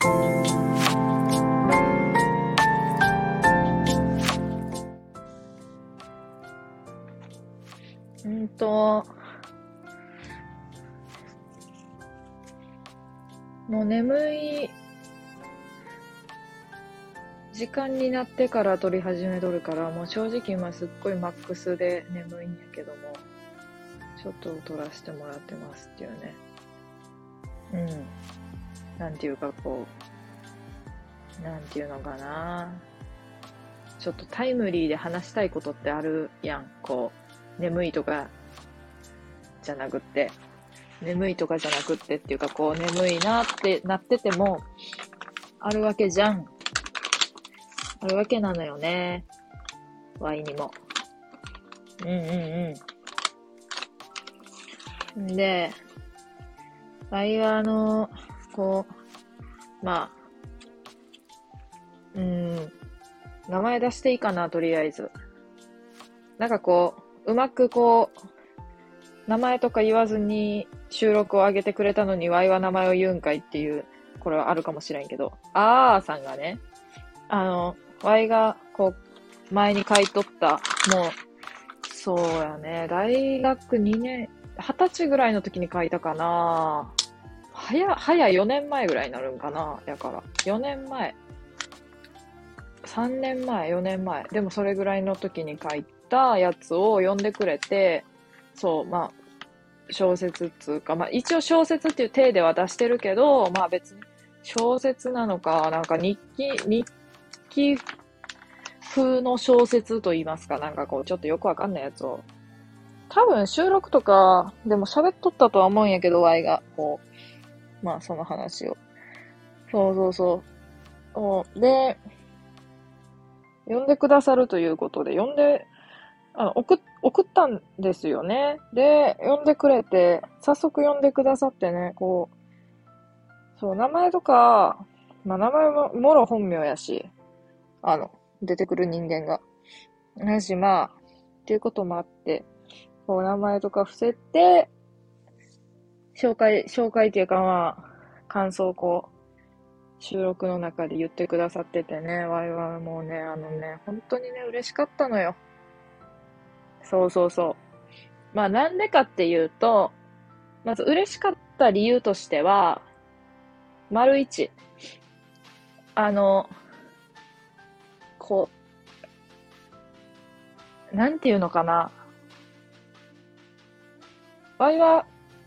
うんと、もう眠い時間になってから撮り始めとるから、もう正直今すっごいマックスで眠いんやけども、ちょっと撮らせてもらってますっていうね。うん。なんていうかこう、なんていうのかな。ちょっとタイムリーで話したいことってあるやん。こう、眠いとかじゃなくって。眠いとかじゃなくってっていうか、こう、眠いなってなってても、あるわけじゃん。あるわけなのよね。ワイにも。うんうんうん。で、ワイはこまあ、名前出していいかな、とりあえず。なんかこう、うまくこう、名前とか言わずに収録を上げてくれたのに、ワイは名前を言うんかいっていう、これはあるかもしれんけど、さんがね、ワイが、こう、前に書いとった、もう、そうやね、大学2年、20歳ぐらいの時に書いたかな。早4年前ぐらいになるんかな。やから、4年前、3年前、4年前、でもそれぐらいの時に書いたやつを読んでくれて、そう、まあ、小説っつうか、まあ一応小説っていう体では出してるけど、まあ別に小説なのか、なんか日記風の小説と言いますか、なんかこうちょっとよくわかんないやつを、多分収録とかでも喋っとったとは思うんやけど、Y が、こう、まあその話を。そうそうそう。で、読んでくださるということで、送ったんですよね。で、読んでくれて、早速読んでくださってね、こう、そう、名前とか、まあ名前ももろ本名やし、あの、出てくる人間が。やし、まあ、っていうこともあって、こう、名前とか伏せて、紹介っていうかまあ、感想をこう、収録の中で言ってくださっててね、わいはもうね、本当にね、嬉しかったのよ。そうそうそう。まあ、なんでかっていうと、まず嬉しかった理由としては、丸一、あの、こなんていうのかな。わいは、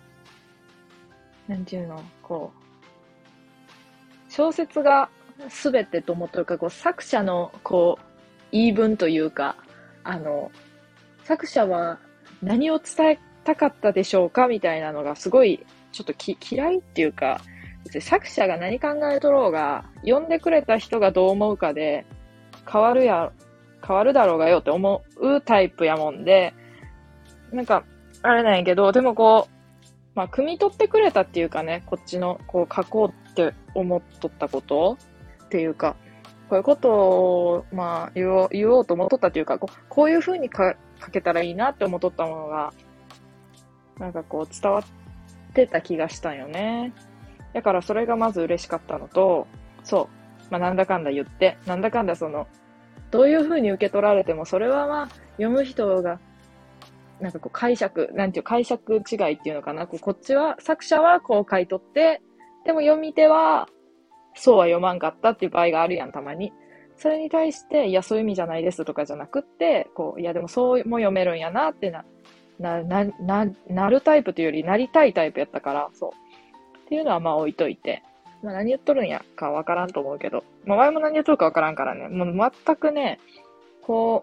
なんていうの、こう、小説が全てと思ってるか、こう、作者の、こう、言い分というか、あの、作者は何を伝えたかったでしょうかみたいなのがすごい、ちょっと嫌いっていうか、別に作者が何考えとろうが、読んでくれた人がどう思うかで、変わるや、変わるだろうがよって思うタイプやもんで、なんか、あれなんやけど、でもこう、まあ、汲み取ってくれたっていうかね、こっちの、こう、書こうって思っとったことっていうか、こういうことを、まあ、言おうと思っとったっていうか、こういう風に書けたらいいなって思っとったものが、なんかこう、伝わってた気がしたんよね。だからそれがまず嬉しかったのと、そう、まあ、なんだかんだ言って、なんだかんだどういう風に受け取られても、それはまあ、読む人がなんかこう解釈違いっていうのかな。こっちは、作者はこう書いとって、でも読み手は、そうは読まんかったっていう場合があるやん、たまに。それに対して、いや、そういう意味じゃないですとかじゃなくって、こう、いや、でもそうも読めるんやなってなるタイプというより、なりたいタイプやったから、そう。っていうのはまあ置いといて。まあ何言っとるんやかわからんと思うけど。まあ前も何言っとるかわからんからね。もう全くね、こ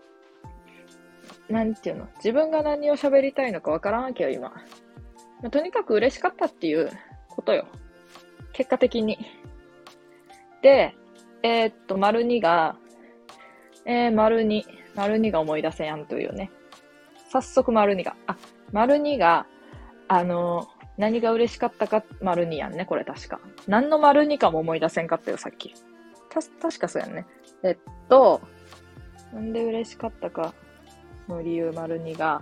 なんていうの、自分が何を喋りたいのかわからんわけよ、今。まあとにかく嬉しかったっていうことよ。結果的に。で、丸2が、丸2が思い出せやんというね。早速丸2が。丸2が、何が嬉しかったか、丸2やんね、これ確か。何の丸2かも思い出せんかったよ、さっき。確かそうやんね。なんで嬉しかったかの理由丸2が、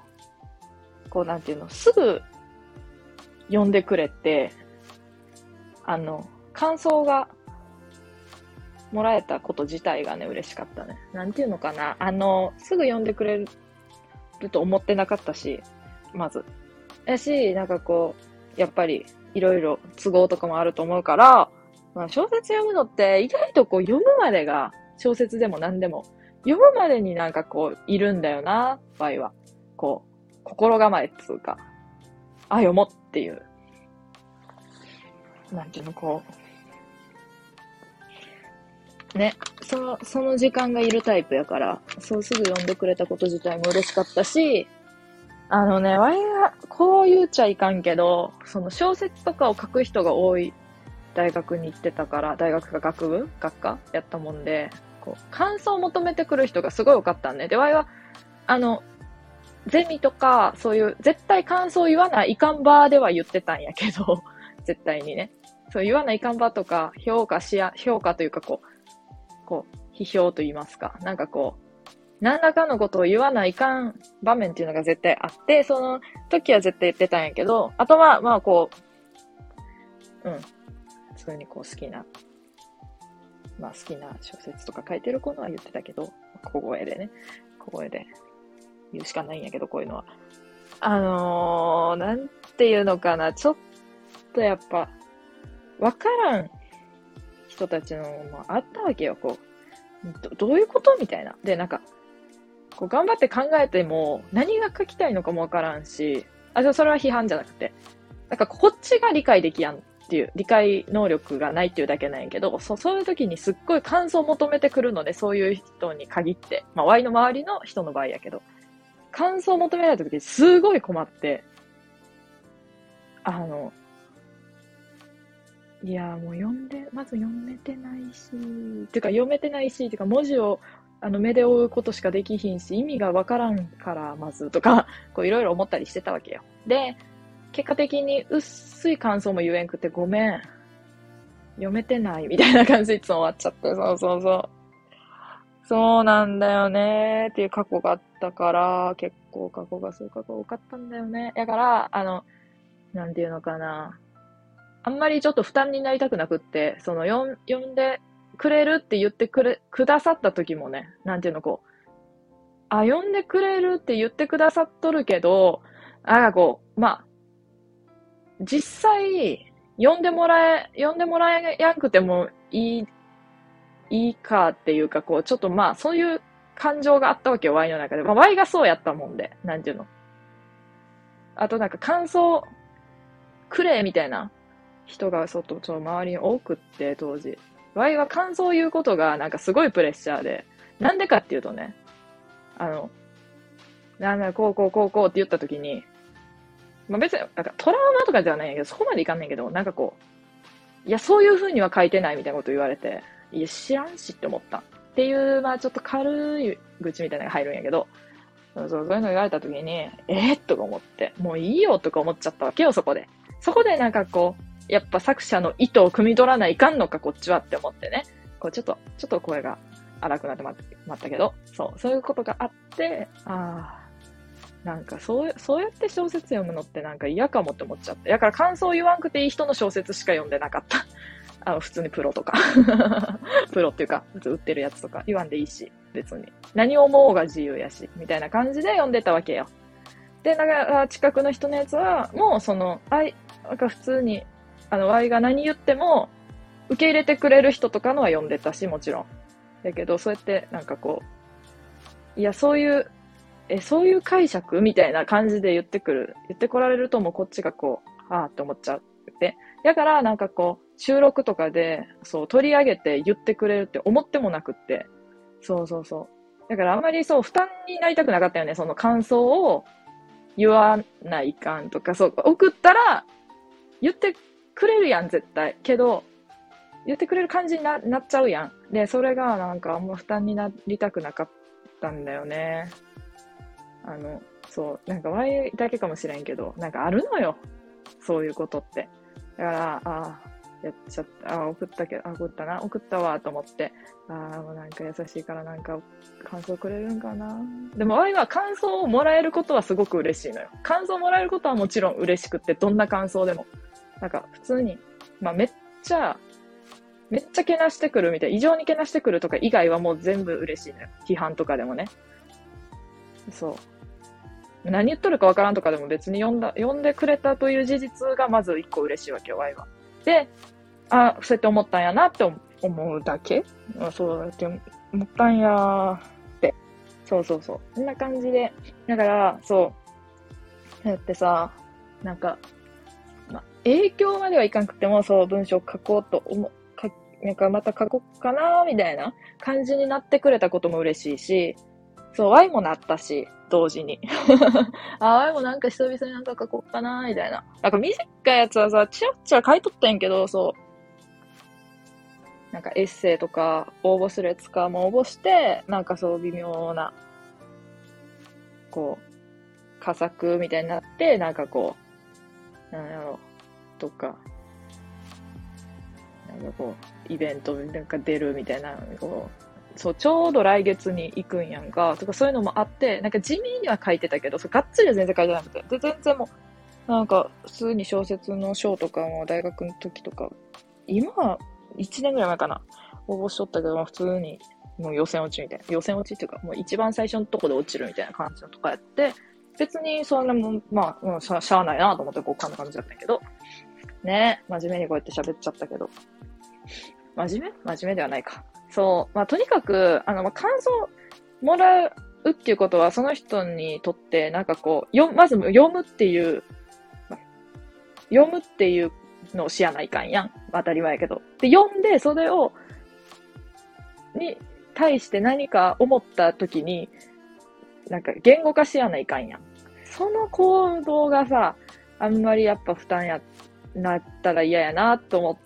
こうなんていうの、すぐ読んでくれて、 感想がもらえたこと自体がね、嬉しかったね。なんていうのかな。すぐ読んでくれると思ってなかったし、まず。やし、なんかこう、やっぱり、いろいろ都合とかもあると思うから、まあ、小説読むのって意外とこう読むまでが、小説でも何でも、読むまでになんかこう、いるんだよな、場合は。こう、心構えっつうか、読もうっていう、なんていうの、こう、ね、その時間がいるタイプやから、そうすぐ読んでくれたこと自体も嬉しかったし、ワイが、こう言っちゃいかんけど、その小説とかを書く人が多い大学に行ってたから、大学か学科やったもんで、こう、感想を求めてくる人がすごい多かったんで、で、ワイは、ゼミとか、そういう絶対感想言わないかんばでは言ってたんやけど、絶対にね。そう言わないかんばとか、評価というか批評と言いますか。なんかこう、何らかのことを言わないかん場面っていうのが絶対あって、その時は絶対言ってたんやけど、あとは、まあこう、普通にこう好きな小説とか書いてる子のは言ってたけど、小声で言うしかないんやけど、こういうのは。なんていうのかな、ちょっとやっぱ、わからん人たちのもあったわけよ、こう。どういうことみたいな。で、なんか、こう頑張って考えても、何が書きたいのかもわからんし、それは批判じゃなくて、なんかこっちが理解できやんっていう、理解能力がないっていうだけなんやけど、そういう時にすっごい感想を求めてくるので、そういう人に限って、まあ、ワイの周りの人の場合やけど、感想を求められた時にすごい困って、いや、もうまず読めてないし、文字を目で追うことしかできひんし、意味がわからんから、まずとか、こういろいろ思ったりしてたわけよ。で、結果的に薄い感想も言えんくてごめん。読めてないみたいな感じでいつも終わっちゃって、そう。そうなんだよねっていう過去があったから、結構そういう過去多かったんだよね。だから、なんていうのかな。あんまりちょっと負担になりたくなくって、読んでくれるって言ってくださった時もね、なんていうの読んでくれるって言ってくださっとるけど、まあ、実際、読んでもらえやんくてもいいかっていうか、ちょっとまあ、そういう感情があったわけよ、ワイの中で。まあ、ワイがそうやったもんで、なんていうの。あとなんか感想くれみたいな人が周りに多くって、当時。ワイは感想を言うことがなんかすごいプレッシャーで、なんでかっていうとね、こうって言った時に、まあ別に、なんかトラウマとかじゃないんやけど、そこまでいかんねんけど、なんかいや、そういう風には書いてないみたいなこと言われて、いや、知らんしって思った。っていう、まあちょっと軽い愚痴みたいなのが入るんやけど、そういうの言われた時に、とか思って、もういいよとか思っちゃったわけよ、そこで。そこでなんかやっぱ作者の意図を汲み取らないかんのか、こっちはって思ってね。ちょっと声が荒くなってまったけど、そういうことがあって、なんかそうやって小説読むのってなんか嫌かもって思っちゃって。だから感想言わんくていい人の小説しか読んでなかった。普通にプロとか。プロっていうか、普通売ってるやつとか言わんでいいし、別に。何を思おうが自由やし、みたいな感じで読んでたわけよ。で、なんか、近くの人のやつは、もうなんか普通に、ワイが何言っても、受け入れてくれる人とかのは読んでたし、もちろん。だけど、そうやって、なんかいや、そういう解釈みたいな感じで言ってこられるともうこっちがって思っちゃって。だからなんか収録とかで、取り上げて言ってくれるって思ってもなくって。そう。だからあんまり負担になりたくなかったよね。その感想を言わないかんとか、送ったら言ってくれるやん、絶対。けど、言ってくれる感じになっちゃうやん。で、それがなんかあんま負担になりたくなかったんだよね。なんか前だけかもしれんけど、なんかあるのよ。そういうことって。だから、やっちゃった、送ったわ、と思って。もうなんか優しいからなんか感想くれるんかな。でも、ワイは感想をもらえることはすごく嬉しいのよ。感想もらえることはもちろん嬉しくって、どんな感想でも。なんか普通に、まあめっめっちゃけなしてくるみたい。異常にけなしてくるとか以外はもう全部嬉しいのよ。批判とかでもね。そう。何言っとるかわからんとかでも別に呼んでくれたという事実がまず一個嬉しいわけよ、ワイは。で、そうやって思ったんやなって思うだけ。そうやって思ったんやーって。そう。そんな感じで。だから、そう。そうやってさ、なんか、影響まではいかんくても、そう、文章書こうとなんかまた書こうかなみたいな感じになってくれたことも嬉しいし、そう、Y もなったし、同時に。Y もなんか久々になんか書こうかなみたいな。なんか短いやつはさ、ちらっちら書いとったんやけど、そう。なんかエッセイとか応募するやつかも応募して、なんかそう微妙な、こう、佳作みたいになって、なんかこう、なんやろ、とか、なんかこう、イベントなんか出るみたいな、こう、そう、ちょうど来月に行くんやんか、とかそういうのもあって、なんか地味には書いてたけど、そうがっつりは全然書いてなくて。で、全然もう、なんか、普通に小説の賞とかも大学の時とか、今は1年ぐらい前かな、応募しとったけど、普通に、もう予選落ちみたいな。予選落ちっていうか、もう一番最初のとこで落ちるみたいな感じのとかやって、別にそんなもん、まあ、しゃあないなと思って、こんな感じだったんやけど、ね、真面目にこうやって喋っちゃったけど。真面目ではないか。そう。まあ、とにかく、感想もらうっていうことは、その人にとって、なんかこう、まず読むっていうのをしやないかんやん。当たり前やけど。で、読んで、それに対して何か思った時に、なんか言語化しやないかんやん。その行動がさ、あんまりやっぱ負担なったら嫌やなと思って、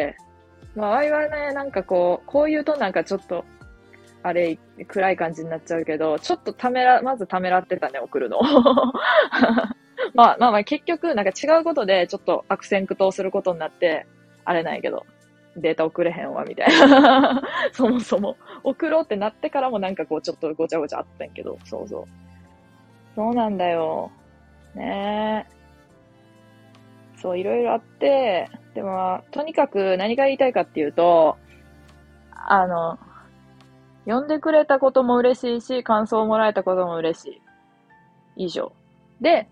まあ、わいはね、なんかこう言うとなんかちょっと、あれ、暗い感じになっちゃうけど、ちょっとまずためらってたね、送るの。まあ、結局、なんか違うことで、ちょっと悪戦苦闘することになって、あれないけど、データ送れへんわ、みたいな。そもそも、送ろうってなってからもなんかこう、ちょっとごちゃごちゃあったんやけど、そう。そうなんだよ。ねえ。そう、いろいろあって、でも、とにかく何が言いたいかっていうと、呼んでくれたことも嬉しいし、感想をもらえたことも嬉しい。以上。で、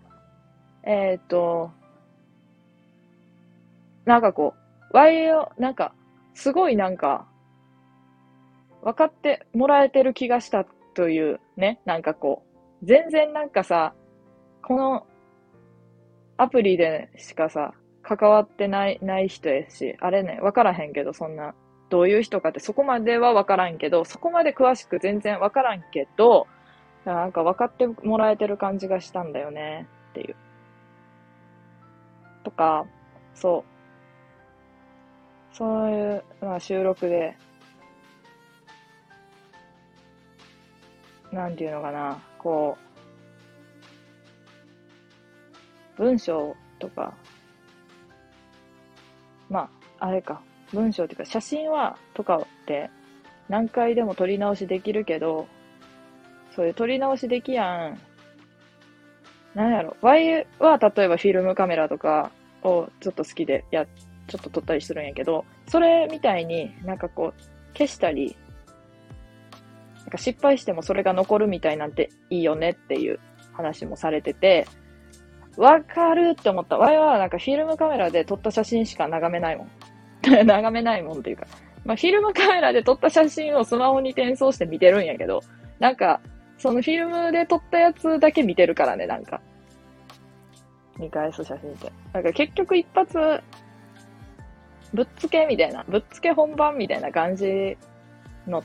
なんかこう、なんか、すごいなんか、分かってもらえてる気がしたというね、なんかこう、全然なんかさ、このアプリでしかさ、関わってない人やし、あれね、分からへんけど、そんな、どういう人かってそこまでは分からんけど、そこまで詳しく全然分からんけど、なんか分かってもらえてる感じがしたんだよね、っていう。とか、そう。そういう、まあ、収録で、なんていうのかな、こう、文章とか、まあ、あれか、文章っていうか、写真とかって何回でも撮り直しできるけど、そういう撮り直しできやん。なんやろ。Y は例えばフィルムカメラとかをちょっと好きで、ちょっと撮ったりするんやけど、それみたいになんかこう、消したり、なんか失敗してもそれが残るみたいなんていいよねっていう話もされてて、わかるって思った。Y はなんかフィルムカメラで撮った写真しか眺めないもん。眺めないもんっていうか。まあ、フィルムカメラで撮った写真をスマホに転送して見てるんやけど、なんか、そのフィルムで撮ったやつだけ見てるからね、なんか。見返す写真って。なんか結局一発、ぶっつけみたいな、ぶっつけ本番みたいな感じのって、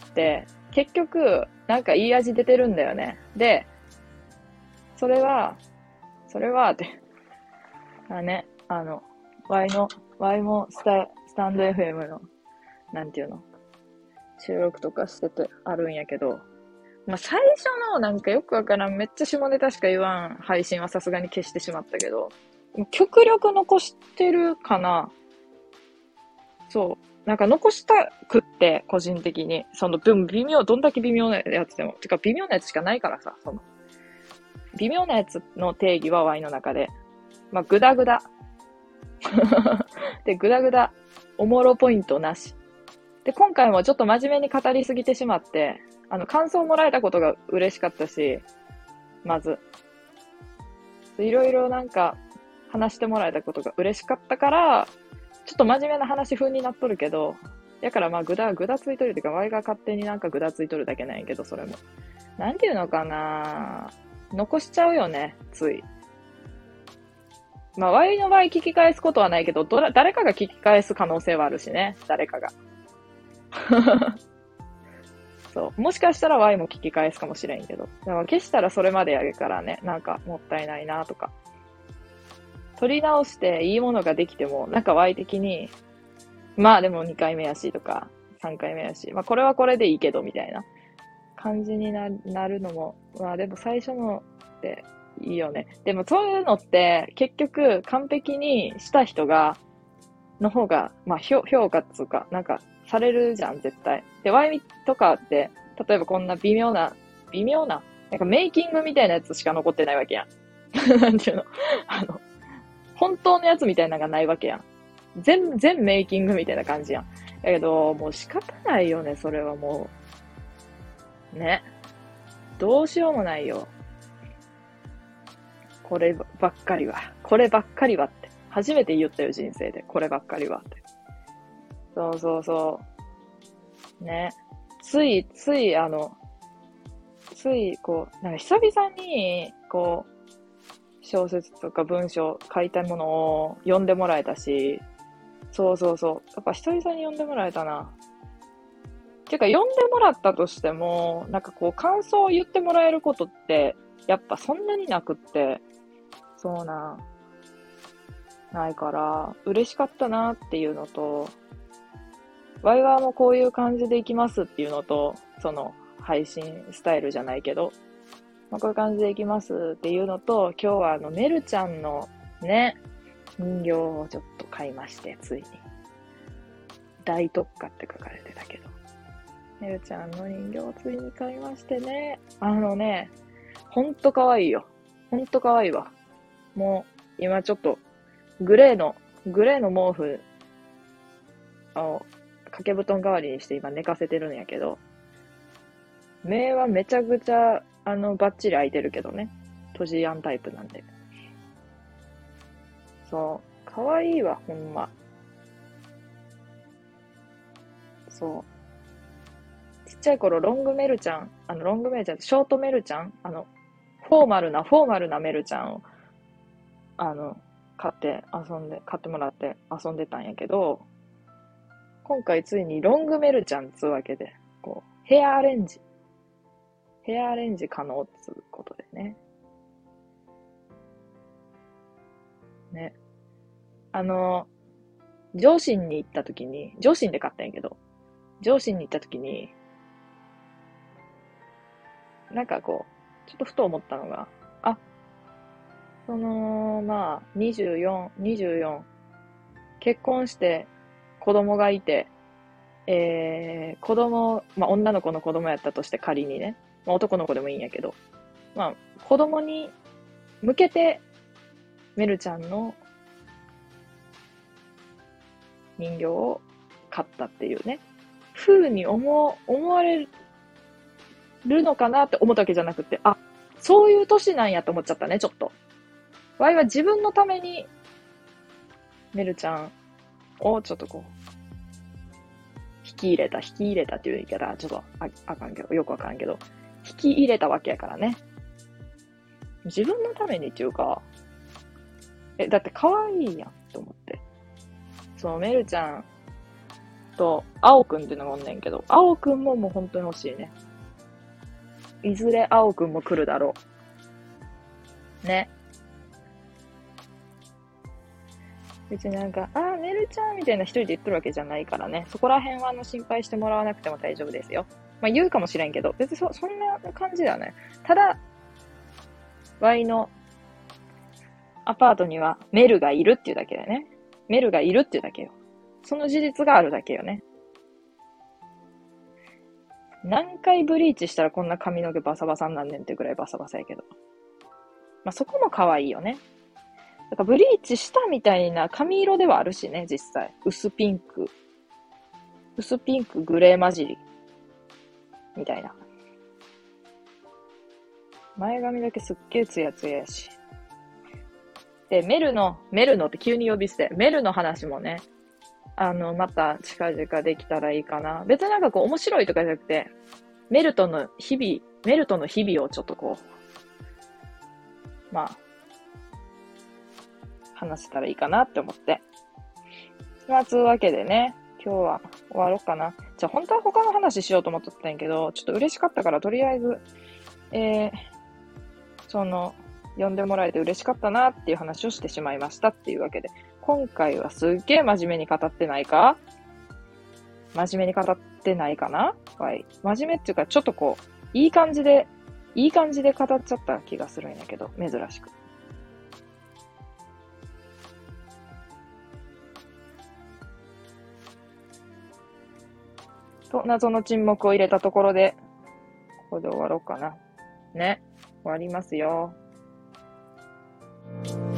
結局、なんかいい味出てるんだよね。で、それは、って、Y もスタンド FM の、なんていうの、収録とかしててあるんやけど、まあ、最初のなんかよくわからん、めっちゃ下ネタしか言わん配信はさすがに消してしまったけど、極力残してるかな。そう。なんか残したくって、個人的に。どんだけ微妙なやつでも。てか微妙なやつしかないからさ、微妙なやつの定義は Y の中で。まあ、グダグダ。で、グダグダおもろポイントなし。で、今回もちょっと真面目に語りすぎてしまって、感想もらえたことが嬉しかったし、まず。いろいろなんか、話してもらえたことが嬉しかったから、ちょっと真面目な話風になっとるけど、だからまあぐだついとるっていうか、ワイが勝手になんかぐだついとるだけなんやけど、それも。なんていうのかな残しちゃうよね、つい。まあ、ワイの場合聞き返すことはないけど、誰かが聞き返す可能性はあるしね、誰かが。そう。もしかしたら Y も聞き返すかもしれんけど。だから消したらそれまでやるからね、なんかもったいないなとか。取り直していいものができても、なんか Y 的に、まあでも2回目やしとか、3回目やし、まあこれはこれでいいけどみたいな感じになるのも、まあでも最初のっていいよね。でもそういうのって結局完璧にした人の方が、まあ評価っつうか、なんかされるじゃん、絶対。で、ワイとかって、例えばこんな微妙な、なんかメイキングみたいなやつしか残ってないわけやん。なんていうの本当のやつみたいなのがないわけやん。全メイキングみたいな感じやん。だけど、もう仕方ないよね、それはもう。ね。どうしようもないよ。こればっかりはって。初めて言ったよ、人生で。こればっかりはって。そうそうそう。ね。つい、こう、なんか久々に、こう、小説とか文章書いたものを読んでもらえたし、そうそうそう。やっぱ久々に読んでもらえたな。ていうか、読んでもらったとしても、なんかこう、感想を言ってもらえることって、やっぱそんなになくって、そうないから、嬉しかったなっていうのと、ワイワーもこういう感じでいきますっていうのと、その、配信スタイルじゃないけど、まあ、こういう感じでいきますっていうのと、今日はメルちゃんのね、人形をちょっと買いまして、ついに。大特価って書かれてたけど。メルちゃんの人形をついに買いましてね。ほんと可愛いよ。ほんと可愛いわ。もう、今ちょっと、グレーの毛布を掛け布団代わりにして今寝かせてるんやけど、目はめちゃくちゃ、バッチリ開いてるけどね。閉じやんタイプなんで。そう。可愛いわ、ほんま。そう。ちっちゃい頃、ロングメルちゃん、ショートメルちゃん、フォーマルなメルちゃんを、買ってもらって遊んでたんやけど、今回ついにロングメルちゃんつうわけで、こう、ヘアアレンジ可能つうことでね。ね。上信に行った時に、上信で買ったんやけど、上信に行った時に、なんかこう、ちょっとふと思ったのが、あ、まあ、24、結婚して子供がいて、まあ女の子の子供やったとして仮にね、まあ男の子でもいいんやけど、まあ子供に向けて、メルちゃんの人形を買ったっていうね、風に思われるのかなって思ったわけじゃなくて、あ、そういう年なんやって思っちゃったね、ちょっと。ワイは自分のために、メルちゃんをちょっとこう、引き入れたっていう言い方、ちょっとあかんけど、よくわからんけど、引き入れたわけやからね。自分のためにっていうか、だって可愛いやんと思って。そのメルちゃんと、青くんっていうのがおんねんけど、青くんももう本当に欲しいね。いずれ青くんも来るだろう。ね。別になんか、メルちゃんみたいな一人で言ってるわけじゃないからね。そこら辺は心配してもらわなくても大丈夫ですよ。まあ言うかもしれんけど、別にそんな感じではない。ただ、Y のアパートにはメルがいるっていうだけだよね。メルがいるっていうだけよ。その事実があるだけよね。何回ブリーチしたらこんな髪の毛バサバサになんねんってぐらいバサバサやけど。まあそこも可愛いよね。だからブリーチしたみたいな髪色ではあるしね、実際。薄ピンク薄ピンク、グレー混じり。みたいな。前髪だけすっげえツヤツヤやし。で、メルノって急に呼び捨て。メルの話もね、また近々できたらいいかな。別になんかこう面白いとかじゃなくて、メルトの日々をちょっとこう、まあ、話せたらいいかなって思って。まあ、つうわけでね、今日は終わろうかな。じゃあ本当は他の話しようと思っとったんやけど、ちょっと嬉しかったからとりあえず、呼んでもらえて嬉しかったなっていう話をしてしまいましたっていうわけで、今回はすっげえ真面目に語ってないか真面目に語ってないかなはい。真面目っていうか、ちょっとこう、いい感じで語っちゃった気がするんやけど、珍しく。と、謎の沈黙を入れたところで、ここで終わろうかな。ね。終わりますよ。